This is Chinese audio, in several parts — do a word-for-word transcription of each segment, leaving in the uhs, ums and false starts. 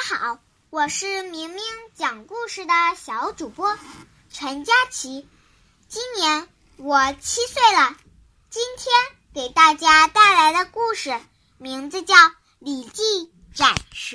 家好，我是明明讲故事的小主播陈佳琪，今年我七岁了。今天给大家带来的故事名字叫《李记斩蛇》。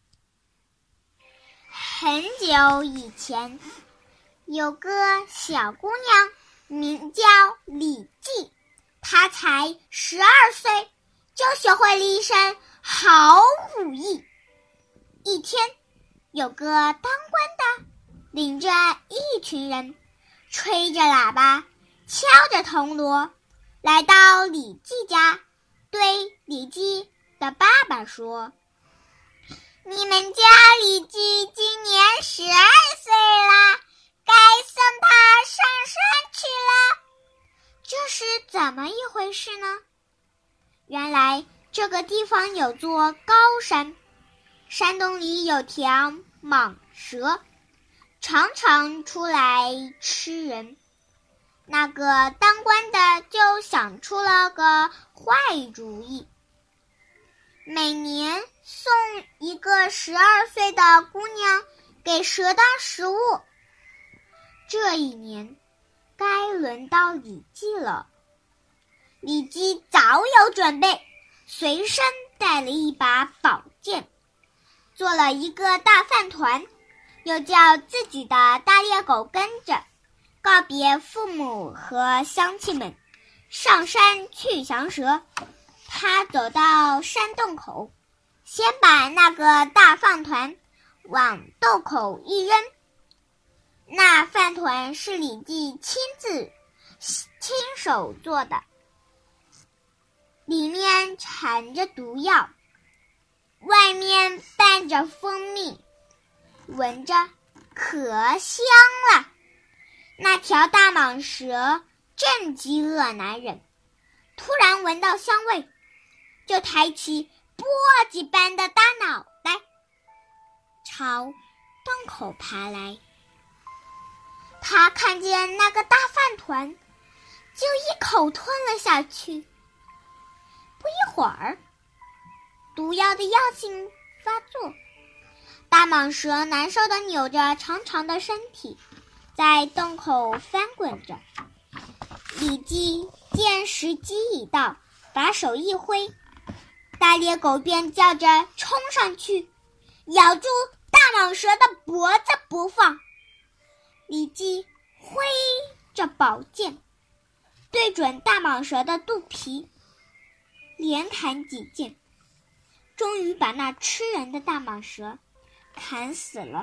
很久以前，有个小姑娘名叫李记，她才十二岁，就学会了一身好武艺。一天，有个当官的领着一群人，吹着喇叭，敲着铜锣，来到李记家，对李记的爸爸说：“你们家李记今年十二岁了，该送他上山去了。”这是怎么一回事呢？原来这个地方有座高山，山洞里有条蟒蛇，常常出来吃人。那个当官的就想出了个坏主意，每年送一个十二岁的姑娘给蛇当食物。这一年该轮到李记了。李记早有准备，随身带了一把宝剑，做了一个大饭团，又叫自己的大猎狗跟着，告别父母和乡亲们，上山去降蛇。他走到山洞口，先把那个大饭团往洞口一扔。那饭团是李记亲自亲手做的，里面缠着毒药，外面拌着蜂蜜，闻着可香了。那条大蟒蛇正饥饿难忍，突然闻到香味，就抬起簸箕般的大脑袋，朝洞口爬来。他看见那个大饭团，就一口吞了下去。不一会儿，毒药的药性发作，大蟒蛇难受地扭着长长的身体，在洞口翻滚着。李记见时机已到，把手一挥，大猎狗便叫着冲上去，咬住大蟒蛇的脖子不放。李记挥着宝剑，对准大蟒蛇的肚皮，连砍几剑，终于把那吃人的大蟒蛇砍死了。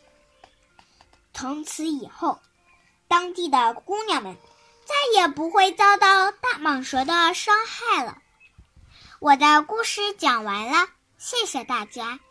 从此以后，当地的姑娘们再也不会遭到大蟒蛇的伤害了。我的故事讲完了，谢谢大家。